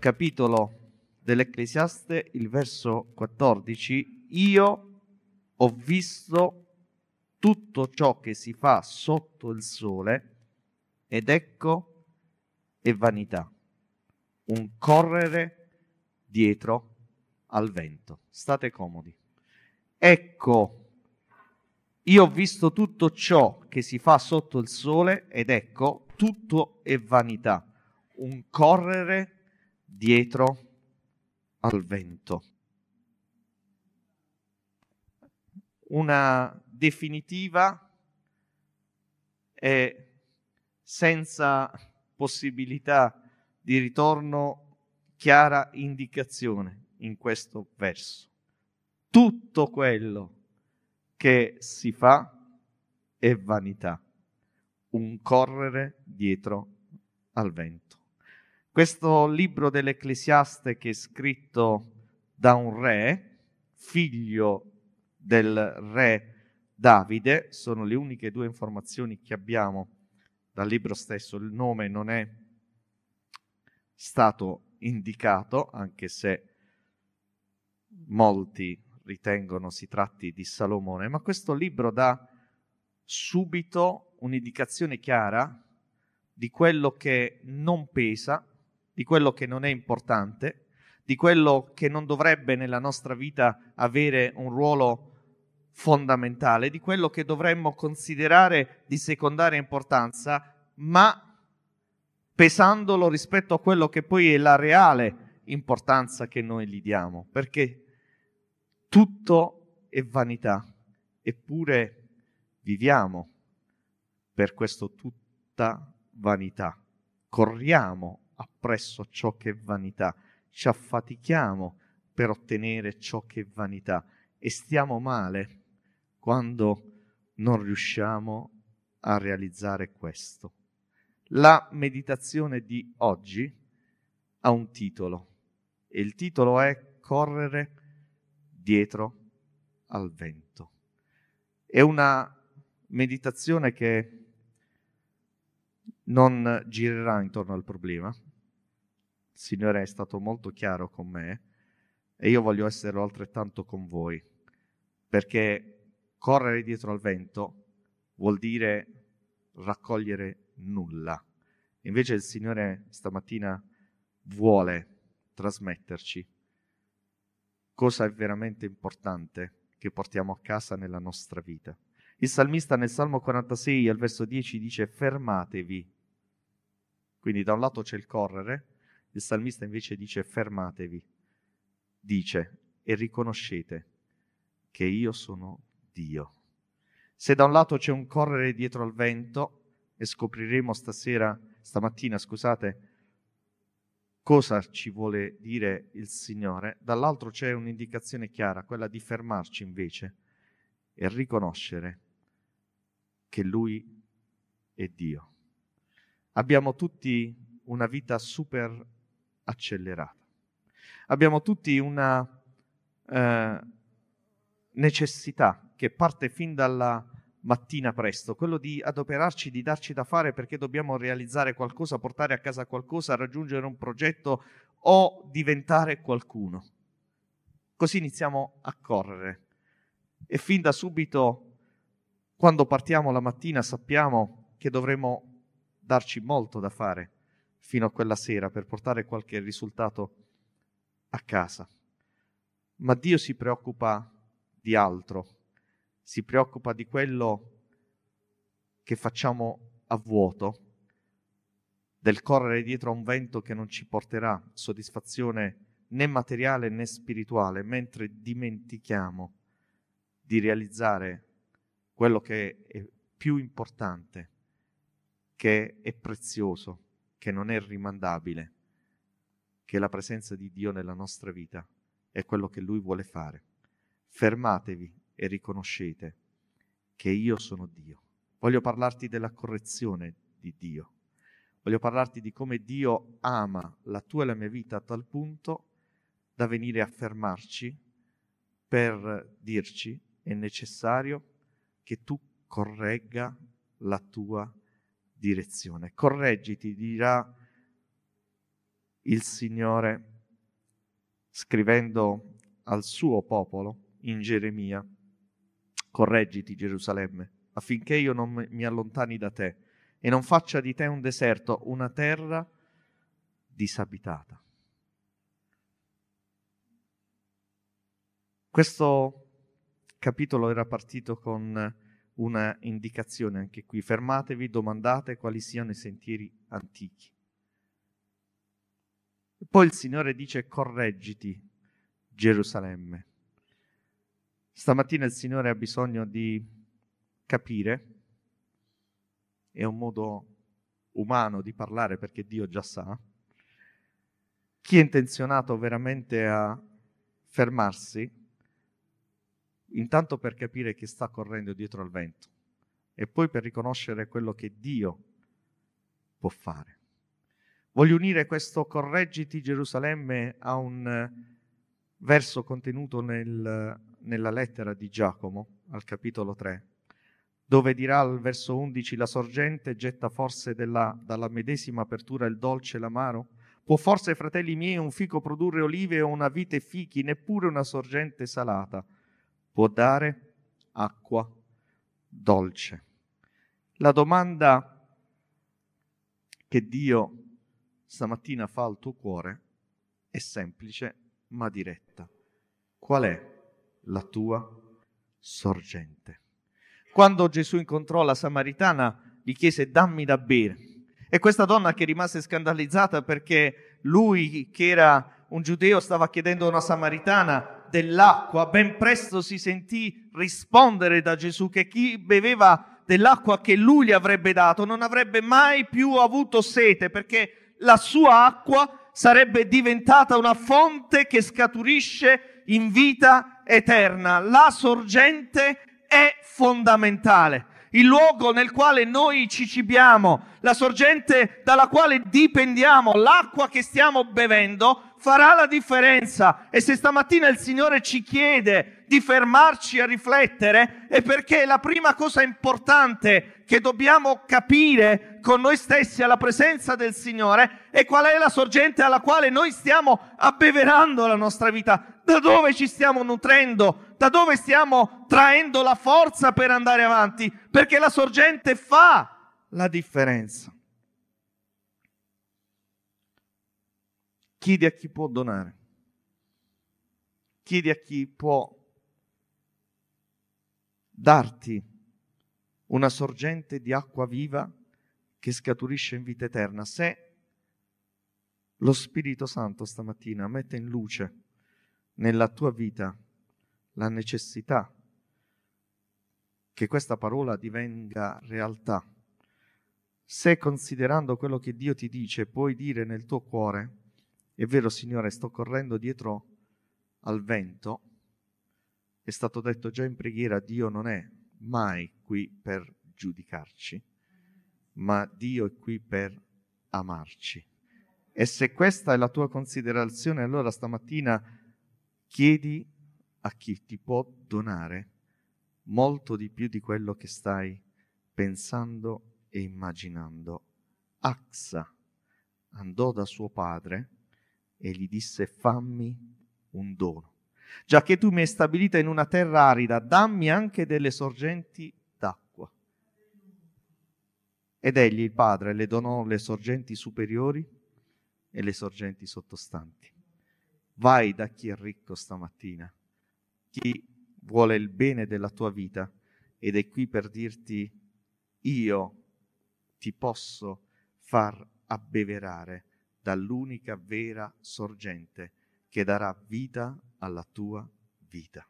capitolo dell'Ecclesiaste, il verso 14: io ho visto tutto ciò che si fa sotto il sole ed ecco è vanità, un correre dietro al vento. State comodi. Ecco, io ho visto tutto ciò che si fa sotto il sole ed ecco, tutto è vanità, un correre dietro al vento. Una definitiva e senza possibilità di ritorno, chiara indicazione in questo verso. Tutto quello che si fa è vanità, un correre dietro al vento. Questo libro dell'Ecclesiaste, che è scritto da un re, figlio del re Davide, sono le uniche due informazioni che abbiamo dal libro stesso. Il nome non è stato indicato, anche se molti ritengono si tratti di Salomone, ma questo libro dà subito un'indicazione chiara di quello che non pesa, di quello che non è importante, di quello che non dovrebbe nella nostra vita avere un ruolo fondamentale, di quello che dovremmo considerare di secondaria importanza, ma pesandolo rispetto a quello che poi è la reale importanza che noi gli diamo, perché tutto è vanità, eppure viviamo per questo tutta vanità. Corriamo appresso ciò che è vanità, ci affatichiamo per ottenere ciò che è vanità e stiamo male quando non riusciamo a realizzare questo. La meditazione di oggi ha un titolo e il titolo è Correre dietro al vento. È una meditazione che non girerà intorno al problema. Il Signore è stato molto chiaro con me e io voglio essere altrettanto con voi, perché correre dietro al vento vuol dire raccogliere nulla. Invece il Signore stamattina vuole trasmetterci cosa è veramente importante che portiamo a casa nella nostra vita. Il salmista nel Salmo 46 al verso 10 dice: fermatevi. Quindi da un lato c'è il correre, il salmista invece dice fermatevi. Dice: e riconoscete che io sono Dio. Se da un lato c'è un correre dietro al vento, e scopriremo stamattina, cosa ci vuole dire il Signore, dall'altro c'è un'indicazione chiara, quella di fermarci invece e riconoscere che Lui è Dio. Abbiamo tutti una vita super accelerata. Abbiamo tutti una necessità che parte fin dalla mattina presto, quello di adoperarci, di darci da fare perché dobbiamo realizzare qualcosa, portare a casa qualcosa, raggiungere un progetto o diventare qualcuno. Così iniziamo a correre e fin da subito, quando partiamo la mattina, sappiamo che dovremo darci molto da fare fino a quella sera per portare qualche risultato a casa. Ma Dio si preoccupa di altro, si preoccupa di quello che facciamo a vuoto, del correre dietro a un vento che non ci porterà soddisfazione né materiale né spirituale, mentre dimentichiamo di realizzare quello che è più importante, che è prezioso, che non è rimandabile, che è la presenza di Dio nella nostra vita, è quello che Lui vuole fare. Fermatevi e riconoscete che io sono Dio. Voglio parlarti della correzione di Dio. Voglio parlarti di come Dio ama la tua e la mia vita a tal punto da venire a fermarci per dirci: è necessario che tu corregga la tua direzione. Correggiti, dirà il Signore, scrivendo al suo popolo in Geremia: correggiti, Gerusalemme, affinché io non mi allontani da te e non faccia di te un deserto, una terra disabitata. Questo capitolo era partito con una indicazione anche qui: fermatevi, domandate quali siano i sentieri antichi. E poi il Signore dice: correggiti, Gerusalemme. Stamattina il Signore ha bisogno di capire, è un modo umano di parlare perché Dio già sa, chi è intenzionato veramente a fermarsi, intanto per capire che sta correndo dietro al vento e poi per riconoscere quello che Dio può fare. Voglio unire questo correggiti Gerusalemme a un verso contenuto nella lettera di Giacomo, al capitolo 3, dove dirà al verso 11: la sorgente getta forse dalla medesima apertura il dolce e l'amaro? Può forse, fratelli miei, un fico produrre olive o una vite fichi? Neppure una sorgente salata può dare acqua dolce. La domanda che Dio stamattina fa al tuo cuore è semplice ma diretta: qual è la tua sorgente? Quando Gesù incontrò la Samaritana, gli chiese: dammi da bere. E questa donna, che rimase scandalizzata perché lui, che era un giudeo, stava chiedendo a una Samaritana dell'acqua, ben presto si sentì rispondere da Gesù che chi beveva dell'acqua che lui gli avrebbe dato non avrebbe mai più avuto sete, perché la sua acqua sarebbe diventata una fonte che scaturisce in vita eterna. La sorgente è fondamentale. Il luogo nel quale noi ci cibiamo, la sorgente dalla quale dipendiamo, l'acqua che stiamo bevendo farà la differenza. E se stamattina il Signore ci chiede di fermarci a riflettere, è perché la prima cosa importante che dobbiamo capire con noi stessi alla presenza del Signore è qual è la sorgente alla quale noi stiamo abbeverando la nostra vita, da dove ci stiamo nutrendo, da dove stiamo traendo la forza per andare avanti, perché la sorgente fa la differenza. Chiedi a chi può donare, chiedi a chi può darti una sorgente di acqua viva che scaturisce in vita eterna. Se lo Spirito Santo stamattina mette in luce nella tua vita la necessità che questa parola divenga realtà, se considerando quello che Dio ti dice puoi dire nel tuo cuore: è vero Signore, sto correndo dietro al vento, è stato detto già in preghiera, Dio non è mai qui per giudicarci, ma Dio è qui per amarci. E se questa è la tua considerazione, allora stamattina chiedi a chi ti può donare molto di più di quello che stai pensando e immaginando. Axa andò da suo padre e gli disse: fammi un dono. Già che tu mi hai stabilita in una terra arida, dammi anche delle sorgenti d'acqua. Ed egli, il padre, le donò le sorgenti superiori e le sorgenti sottostanti. Vai da chi è ricco stamattina, chi vuole il bene della tua vita ed è qui per dirti: io ti posso far abbeverare dall'unica vera sorgente che darà vita alla tua vita.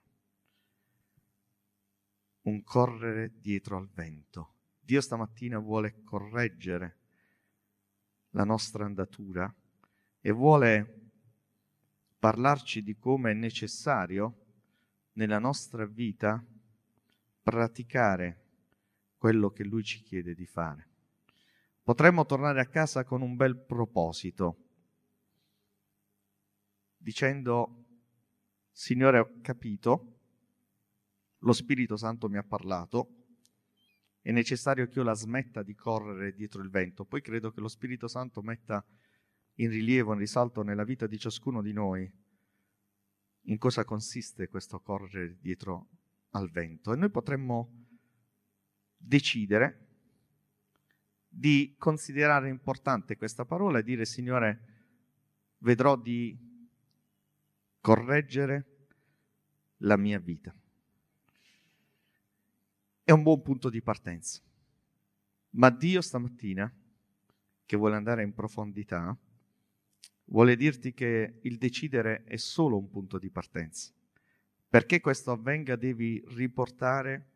Un correre dietro al vento. Dio stamattina vuole correggere la nostra andatura e vuole parlarci di come è necessario nella nostra vita praticare quello che Lui ci chiede di fare. Potremmo tornare a casa con un bel proposito, dicendo: Signore, ho capito, lo Spirito Santo mi ha parlato, è necessario che io la smetta di correre dietro il vento. Poi credo che lo Spirito Santo metta in rilievo, in risalto nella vita di ciascuno di noi in cosa consiste questo correre dietro al vento. E noi potremmo decidere di considerare importante questa parola e dire: Signore, vedrò di correggere la mia vita. È un buon punto di partenza. Ma Dio stamattina, che vuole andare in profondità, vuole dirti che il decidere è solo un punto di partenza. Perché questo avvenga devi riportare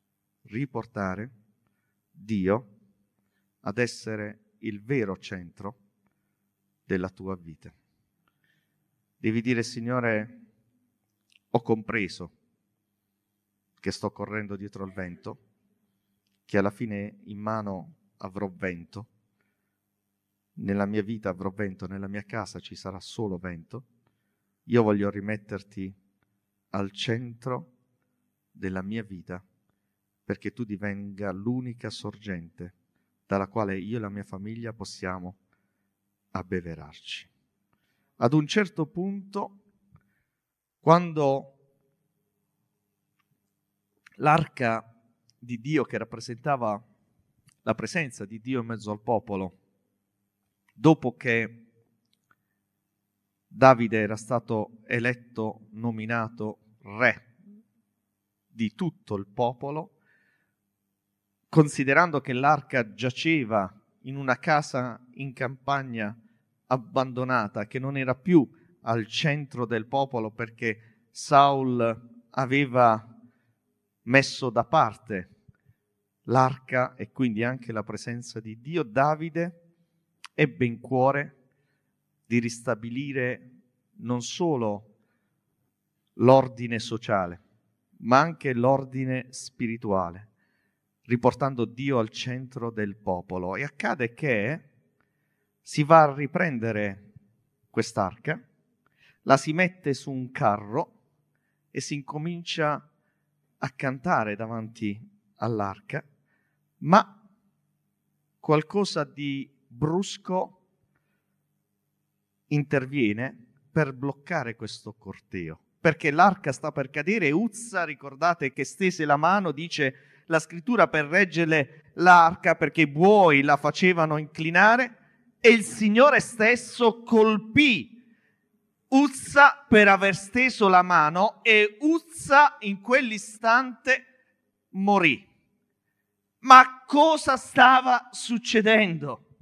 Dio ad essere il vero centro della tua vita. Devi dire: Signore, ho compreso che sto correndo dietro al vento, che alla fine in mano avrò vento, nella mia vita avrò vento, nella mia casa ci sarà solo vento. Io voglio rimetterti al centro della mia vita perché tu divenga l'unica sorgente dalla quale io e la mia famiglia possiamo abbeverarci. Ad un certo punto, quando l'arca di Dio, che rappresentava la presenza di Dio in mezzo al popolo, dopo che Davide era stato eletto, nominato re di tutto il popolo, considerando che l'arca giaceva in una casa in campagna abbandonata, che non era più al centro del popolo perché Saul aveva messo da parte l'arca e quindi anche la presenza di Dio, Davide ebbe in cuore di ristabilire non solo l'ordine sociale, ma anche l'ordine spirituale, riportando Dio al centro del popolo. E accade che si va a riprendere quest'arca, la si mette su un carro e si incomincia a cantare davanti all'arca, ma qualcosa di brusco interviene per bloccare questo corteo, perché l'arca sta per cadere e Uzza, ricordate che stese la mano, dice la scrittura, per reggere l'arca perché i buoi la facevano inclinare, e il Signore stesso colpì Uzza per aver steso la mano e Uzza in quell'istante morì. Ma cosa stava succedendo?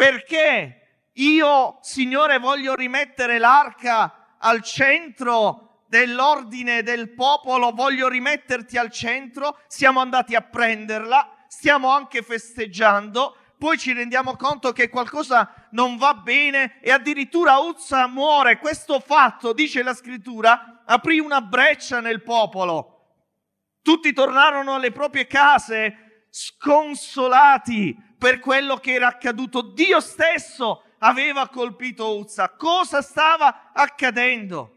Perché io, Signore, voglio rimettere l'arca al centro dell'ordine del popolo, voglio rimetterti al centro, siamo andati a prenderla, stiamo anche festeggiando, poi ci rendiamo conto che qualcosa non va bene e addirittura Uzza muore. Questo fatto, dice la scrittura, aprì una breccia nel popolo. Tutti tornarono alle proprie case sconsolati per quello che era accaduto. Dio stesso aveva colpito Uzza. Cosa stava accadendo?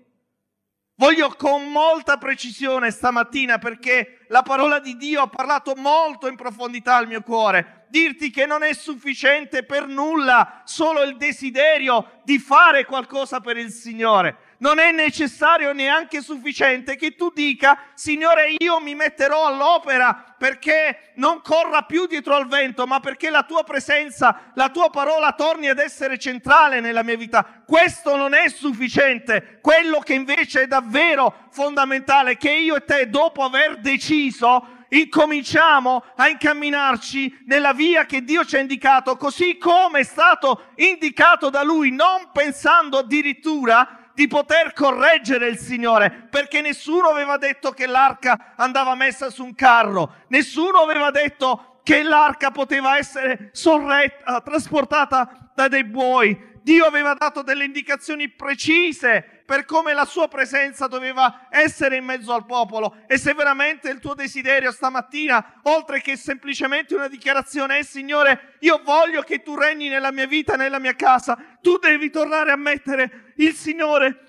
Voglio con molta precisione stamattina, perché la parola di Dio ha parlato molto in profondità al mio cuore, dirti che non è sufficiente per nulla solo il desiderio di fare qualcosa per il Signore. Non è necessario neanche sufficiente che tu dica: Signore, io mi metterò all'opera perché non corra più dietro al vento, ma perché la tua presenza, la tua parola torni ad essere centrale nella mia vita. Questo non è sufficiente. Quello che invece è davvero fondamentale è che io e te, dopo aver deciso, incominciamo a incamminarci nella via che Dio ci ha indicato, così come è stato indicato da Lui, non pensando addirittura di poter correggere il Signore, perché nessuno aveva detto che l'arca andava messa su un carro, nessuno aveva detto che l'arca poteva essere sorretta, trasportata da dei buoi. Dio aveva dato delle indicazioni precise per come la sua presenza doveva essere in mezzo al popolo. E se veramente il tuo desiderio stamattina, oltre che semplicemente una dichiarazione, è: Signore, io voglio che tu regni nella mia vita, nella mia casa, tu devi tornare a mettere il Signore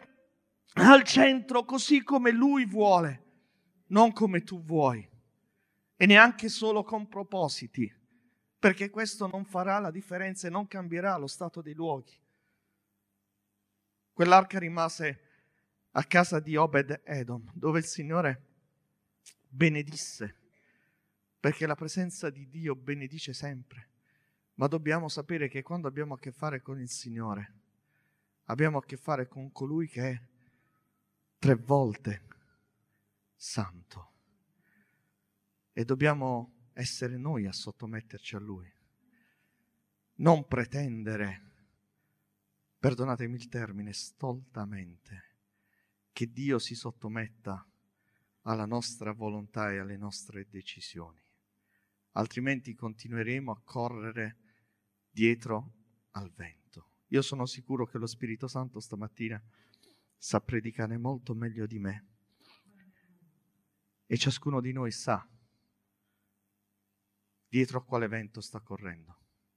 al centro, così come Lui vuole, non come tu vuoi, e neanche solo con propositi, perché questo non farà la differenza e non cambierà lo stato dei luoghi. Quell'arca rimase a casa di Obed Edom, dove il Signore benedisse, perché la presenza di Dio benedice sempre. Ma dobbiamo sapere che quando abbiamo a che fare con il Signore, abbiamo a che fare con colui che è 3 volte santo. E dobbiamo essere noi a sottometterci a Lui. Non pretendere, perdonatemi il termine, stoltamente, che Dio si sottometta alla nostra volontà e alle nostre decisioni. Altrimenti continueremo a correre dietro al vento. Io sono sicuro che lo Spirito Santo stamattina sa predicare molto meglio di me. E ciascuno di noi sa dietro a quale vento sta correndo.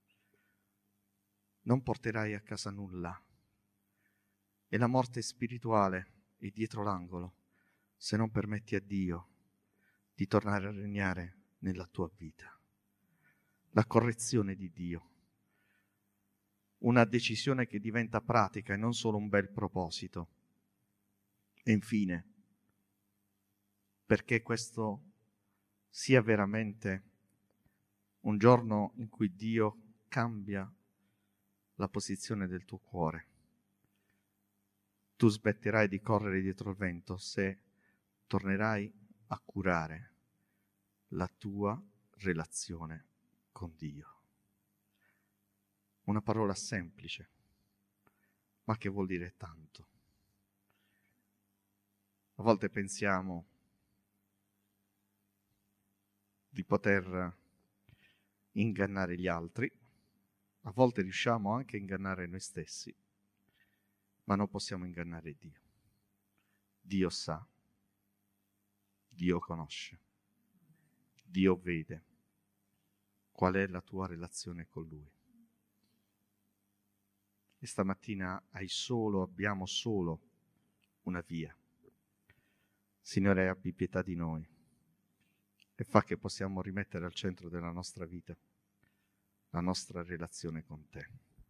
Non porterai a casa nulla. E la morte spirituale è dietro l'angolo, se non permetti a Dio di tornare a regnare nella tua vita. La correzione di Dio. Una decisione che diventa pratica e non solo un bel proposito. E infine, perché questo sia veramente un giorno in cui Dio cambia la posizione del tuo cuore, tu smetterai di correre dietro il vento se tornerai a curare la tua relazione con Dio. Una parola semplice, ma che vuol dire tanto. A volte pensiamo di poter ingannare gli altri, a volte riusciamo anche a ingannare noi stessi, ma non possiamo ingannare Dio. Dio sa, Dio conosce, Dio vede qual è la tua relazione con Lui. E stamattina abbiamo solo una via. Signore, abbi pietà di noi e fa che possiamo rimettere al centro della nostra vita la nostra relazione con Te.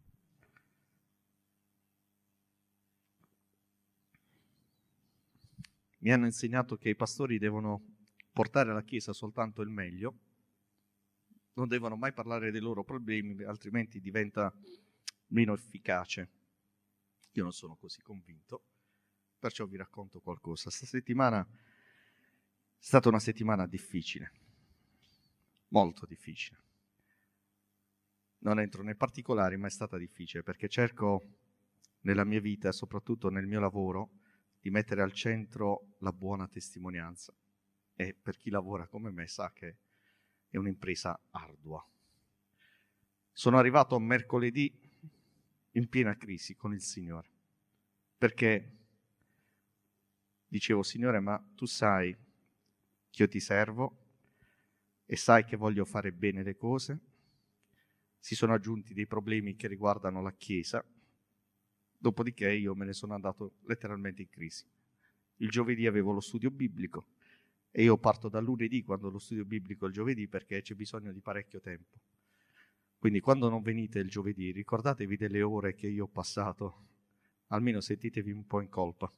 Mi hanno insegnato che i pastori devono portare alla Chiesa soltanto il meglio, non devono mai parlare dei loro problemi, altrimenti diventa meno efficace. Io non sono così convinto, perciò vi racconto qualcosa. Questa settimana è stata una settimana difficile, molto difficile. Non entro nei particolari, ma è stata difficile perché cerco nella mia vita, soprattutto nel mio lavoro, di mettere al centro la buona testimonianza. E per chi lavora come me sa che è un'impresa ardua. Sono arrivato mercoledì in piena crisi con il Signore, perché dicevo: Signore, ma tu sai che io ti servo e sai che voglio fare bene le cose. Si sono aggiunti dei problemi che riguardano la Chiesa, dopodiché io me ne sono andato letteralmente in crisi. Il giovedì avevo lo studio biblico e io parto dal lunedì quando lo studio biblico è il giovedì, perché c'è bisogno di parecchio tempo. Quindi quando non venite il giovedì, ricordatevi delle ore che io ho passato, almeno sentitevi un po' in colpa.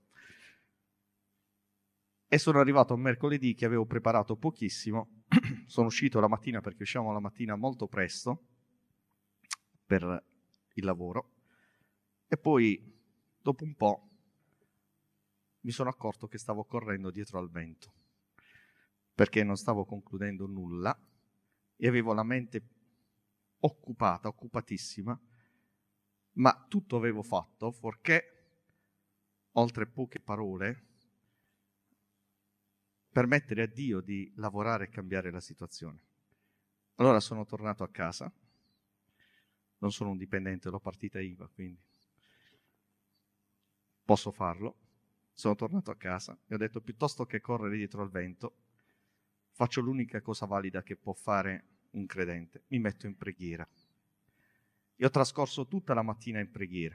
E sono arrivato a mercoledì che avevo preparato pochissimo, sono uscito la mattina perché usciamo la mattina molto presto per il lavoro e poi dopo un po' mi sono accorto che stavo correndo dietro al vento, perché non stavo concludendo nulla e avevo la mente occupatissima, ma tutto avevo fatto fuorché, oltre poche parole, permettere a Dio di lavorare e cambiare la situazione. Allora sono tornato a casa, non sono un dipendente, l'ho partita IVA, quindi posso farlo. Sono tornato a casa e ho detto: piuttosto che correre dietro al vento, faccio l'unica cosa valida che può fare un credente, mi metto in preghiera. E ho trascorso tutta la mattina in preghiera.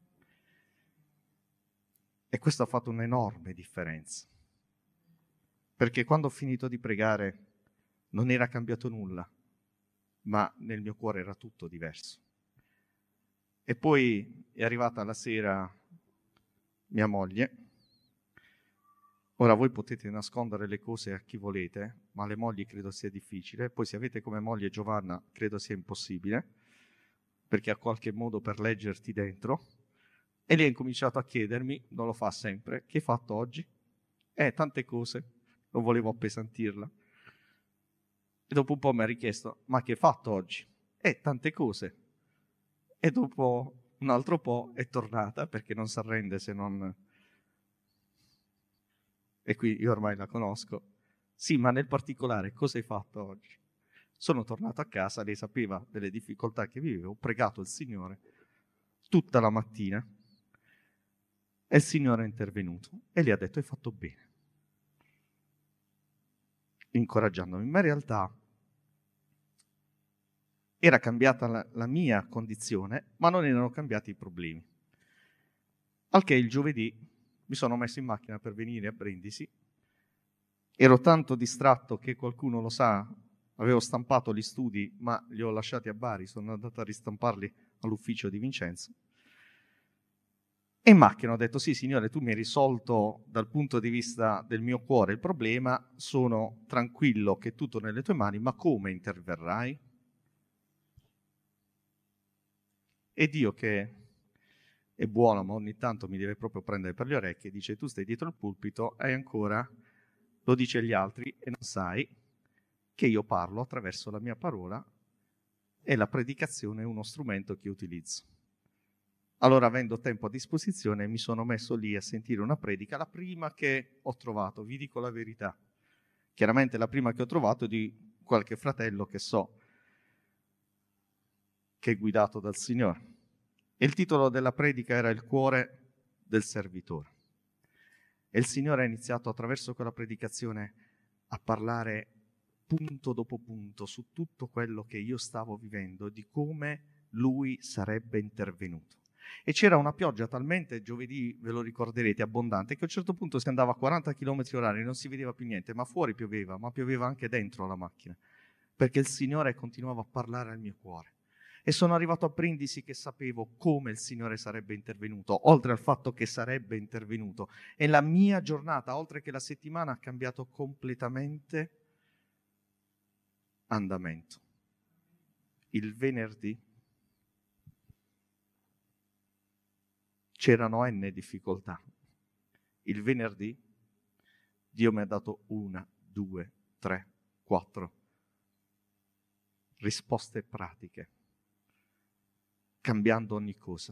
E questo ha fatto un'enorme differenza. Perché quando ho finito di pregare non era cambiato nulla, ma nel mio cuore era tutto diverso. E poi è arrivata la sera mia moglie. Ora voi potete nascondere le cose a chi volete, ma alle mogli credo sia difficile. Poi se avete come moglie Giovanna, credo sia impossibile, perché ha qualche modo per leggerti dentro. E lei ha incominciato a chiedermi, non lo fa sempre, che hai fatto oggi? Tante cose, non volevo appesantirla. E dopo un po' mi ha richiesto, ma che hai fatto oggi? Tante cose. E dopo un altro po' è tornata, perché non si arrende se non... E qui io ormai la conosco. Sì, ma nel particolare cosa hai fatto oggi? Sono tornato a casa, lei sapeva delle difficoltà che vivevo, ho pregato il Signore tutta la mattina e il Signore è intervenuto e le ha detto hai fatto bene, incoraggiandomi. Ma in realtà era cambiata la mia condizione, ma non erano cambiati i problemi. Al che il giovedì mi sono messo in macchina per venire a Brindisi. Ero tanto distratto che qualcuno lo sa, avevo stampato gli studi, ma li ho lasciati a Bari, sono andato a ristamparli all'ufficio di Vincenzo. E in macchina ho detto, sì Signore, tu mi hai risolto dal punto di vista del mio cuore il problema, sono tranquillo che è tutto nelle tue mani, ma come interverrai? E Dio, che è buono, ma ogni tanto mi deve proprio prendere per le orecchie, dice, tu stai dietro il pulpito e ancora lo dice agli altri e non sai che io parlo attraverso la mia parola e la predicazione è uno strumento che utilizzo. Allora, avendo tempo a disposizione, mi sono messo lì a sentire una predica, la prima che ho trovato, vi dico la verità. Chiaramente la prima che ho trovato è di qualche fratello che so che è guidato dal Signore. E il titolo della predica era Il cuore del servitore. E il Signore ha iniziato attraverso quella predicazione a parlare punto dopo punto su tutto quello che io stavo vivendo, di come Lui sarebbe intervenuto. E c'era una pioggia talmente, giovedì ve lo ricorderete, abbondante, che a un certo punto si andava a 40 km/h e non si vedeva più niente, ma fuori pioveva, ma pioveva anche dentro la macchina, perché il Signore continuava a parlare al mio cuore. E sono arrivato a Brindisi che sapevo come il Signore sarebbe intervenuto, oltre al fatto che sarebbe intervenuto. E la mia giornata, oltre che la settimana, ha cambiato completamente andamento. Il venerdì c'erano n difficoltà. Il venerdì Dio mi ha dato 1, 2, 3, 4 risposte pratiche, cambiando ogni cosa,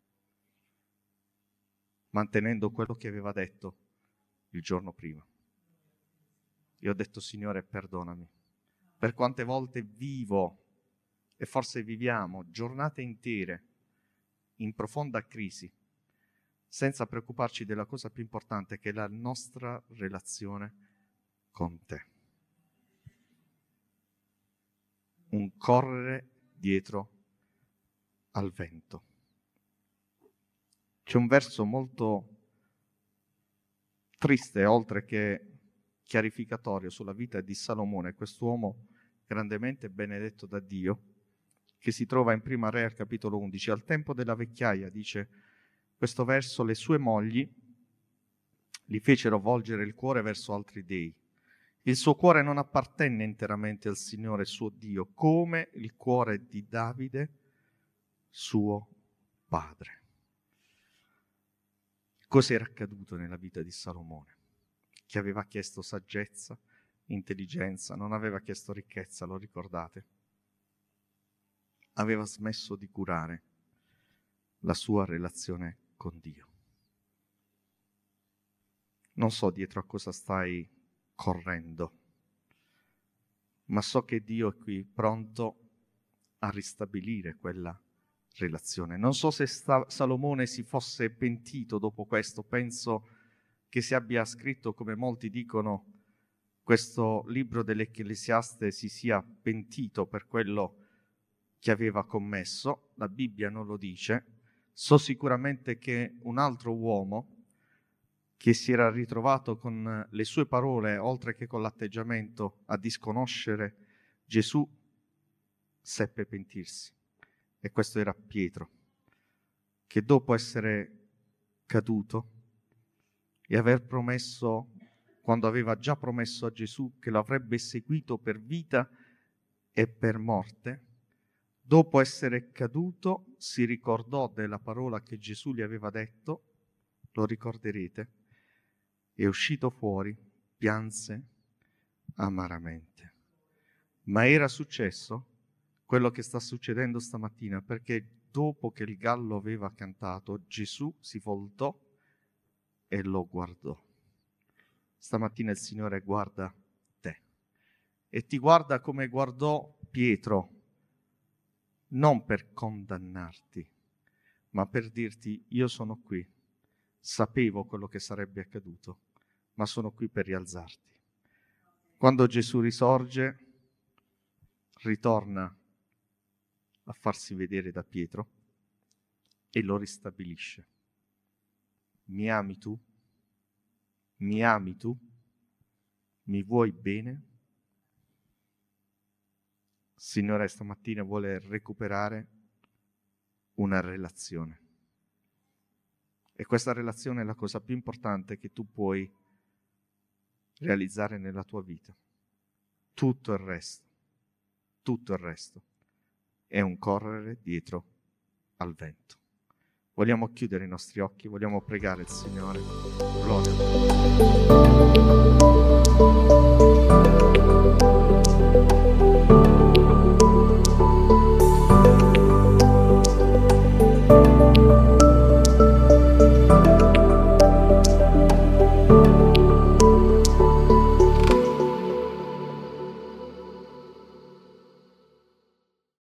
mantenendo quello che aveva detto il giorno prima. Io ho detto, Signore, perdonami, per quante volte vivo, e forse viviamo, giornate intere in profonda crisi, senza preoccuparci della cosa più importante, che è la nostra relazione con te. Un correre dietro al vento. C'è un verso molto triste, oltre che chiarificatorio, sulla vita di Salomone, quest'uomo grandemente benedetto da Dio, che si trova in Prima Re al capitolo 11. Al tempo della vecchiaia, dice questo verso, le sue mogli gli fecero volgere il cuore verso altri dei. Il suo cuore non appartenne interamente al Signore suo Dio, come il cuore di Davide, suo padre. Cos'era accaduto nella vita di Salomone? Che aveva chiesto saggezza, intelligenza, non aveva chiesto ricchezza, lo ricordate? Aveva smesso di curare la sua relazione con Dio. Non so dietro a cosa stai correndo, ma so che Dio è qui pronto a ristabilire quella relazione. Non so se Salomone si fosse pentito dopo questo, penso che si abbia scritto, come molti dicono, questo libro dell'Ecclesiaste, si sia pentito per quello che aveva commesso. La Bibbia non lo dice. So sicuramente che un altro uomo che si era ritrovato con le sue parole, oltre che con l'atteggiamento, a disconoscere Gesù, seppe pentirsi. E questo era Pietro, che dopo essere caduto e aver promesso, quando aveva già promesso a Gesù che lo avrebbe seguito per vita e per morte, dopo essere caduto si ricordò della parola che Gesù gli aveva detto, lo ricorderete, è uscito fuori, pianse amaramente. Ma era successo quello che sta succedendo stamattina, perché dopo che il gallo aveva cantato, Gesù si voltò e lo guardò. Stamattina il Signore guarda te e ti guarda come guardò Pietro, non per condannarti, ma per dirti: io sono qui, sapevo quello che sarebbe accaduto, ma sono qui per rialzarti. Quando Gesù risorge, ritorna a farsi vedere da Pietro e lo ristabilisce. Mi ami tu? Mi ami tu? Mi vuoi bene? Signore, stamattina vuole recuperare una relazione. E questa relazione è la cosa più importante che tu puoi realizzare nella tua vita. Tutto il resto è un correre dietro al vento. Vogliamo chiudere i nostri occhi, vogliamo pregare il Signore. Gloria.